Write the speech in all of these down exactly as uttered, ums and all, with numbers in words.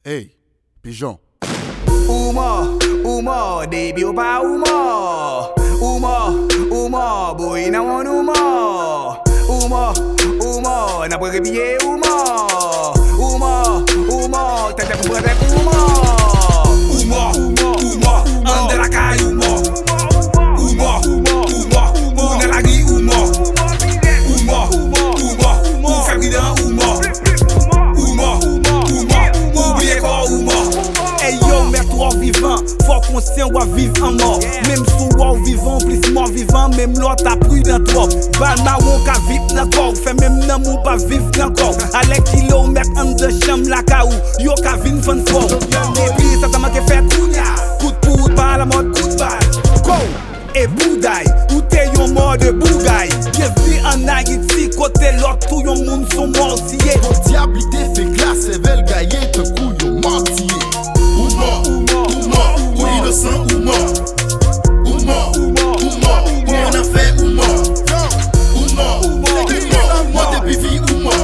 Hey, pigeon. Ouma, ouma, baby opa ouma. Ouma, ouma, boy na wan ouma. Ouma, ouma, na pre billet ouma. Ouma, ouma, tete pou prete ouma. Ouma, ouma, ande la caille ouma. Ouma, ouma, ou na la gri ouma. Ouma, ouma, ou fait bridant ouma. Ouma, ouma, oubliez quoi ouma. Hey yo, mets-toi vivant, fort conscient ou à vivre en mort. Même sous ou vivant, plus mort vivant, même l'autre a pris dans trop. Bal marron qu'a vivre dans corps, fait même nan mou pas vivre dans corps. Avec kilo mettre en de chambre la caou, yo qu'a vin fan fort. Et puis ça t'a manqué fait kounya, coup de poudre par la mode coup de balle. Go! Et boudaille, ou t'es yon mort de bougaille. Bienvenue en Haïti, côté l'autre, tout yon moun sont mortiers. Diablité fait glace, et vel gaillé, te couille mortier. Ou mort, ou mort, ou innocent, ou mort. Ou mort, ou mort, ou on a fait, ou mort. Ou mort, ou mort, mort depuis vie, ou mort.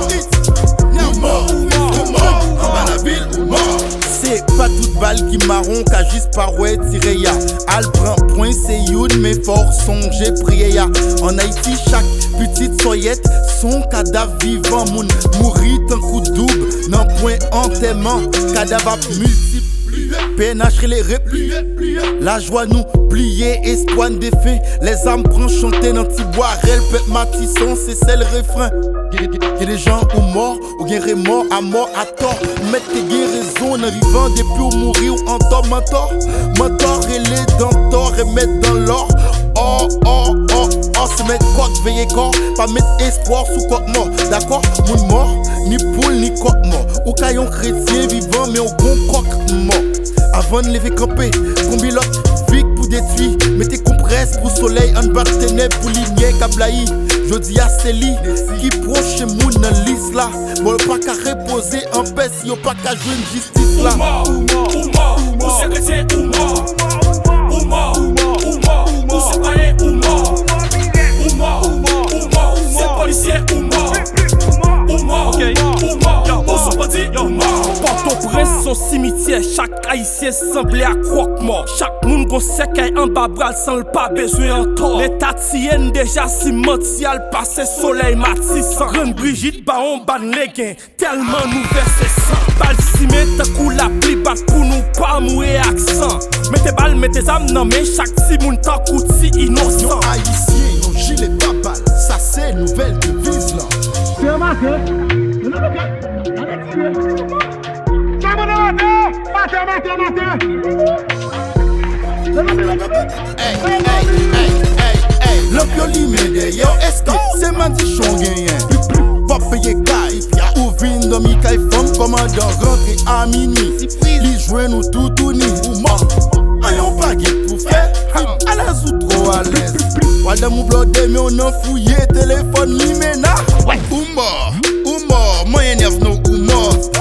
Ou mort, ou mort, en bas la ville, ou mort. C'est pas toute balle qui marron, qu'a juste par ouais tiré ya. Al prend point, c'est youd, mais fort songer prier ya. En Haïti, chaque petite soyette, son cadavre vivant, moun mourit un coup double, non point enterrement, cadavre multiple. Pénache les répliques, la joie nous plier, espoir défait. Les âmes prennent chanter dans petit bois, elle pète matisson, c'est celle refrain. Y'a des gens ou morts, ou y'a des morts à mort à tort. Mettre tes guérisons en arrivant depuis ou mourir ou en tort, mentor. Mentor et les dents tort et mettre dans l'or. Oh, oh, oh, oh, se mettre quoi veiller corps, pas mettre espoir sous quoi mort. D'accord, moun mort, ni poule ni coq mort. Ou caillon chrétien vivant, mais au bon coq mort. Avant de lever camper, combi l'autre, vic pour détruire. Mettez compresse pour soleil, en bas de ténèbres pour ligner kablaï. Jodi a Célie, qui proche moun dans liste là. Bon, pas qu'à reposer en paix si y'a pas qu'à jouer une justice là. Ouma, ouma, ou c'est chrétien ouma. Ouma, ouma, ou c'est païen ouma. Ouma, ouma, c'est policier ouma. Ouma, ouma, ou c'est bandit ouma. Port-au-Prince, son cimetière, chaque haïtien semblait à croque-mort. Chaque monde qu'on sait qu'il en bas bral sans le pas besoin en tort. L'état tienne déjà si mential, passé soleil matissant. Reine Brigitte, ba on ban les gains, tellement nous verser sang. Bal ciment, te coule la pli bat pour nous pas mourir accent. Mettez balle, mettez âme, non mais chaque si moun t'en coûte si innocent. Yon haïtien, yon gilet pas balle, ça c'est nouvelle devise là. C'est un matin, on a le Hey, hey, hey, hey, hey. L'ampioli m'aide, yo, est-ce que c'est mandichon gagnant? Pas payer caille, ou vin dans mi caille femme, commandant rentré à minuit. Li joue nous tout ou ni, ou mort. Ayon pas guide pour faire, à la sous trop à l'aise. Wada mou blodé, mais on a fouillé téléphone li mena. Ou mort, ou mort, moi énerve nous ou mort.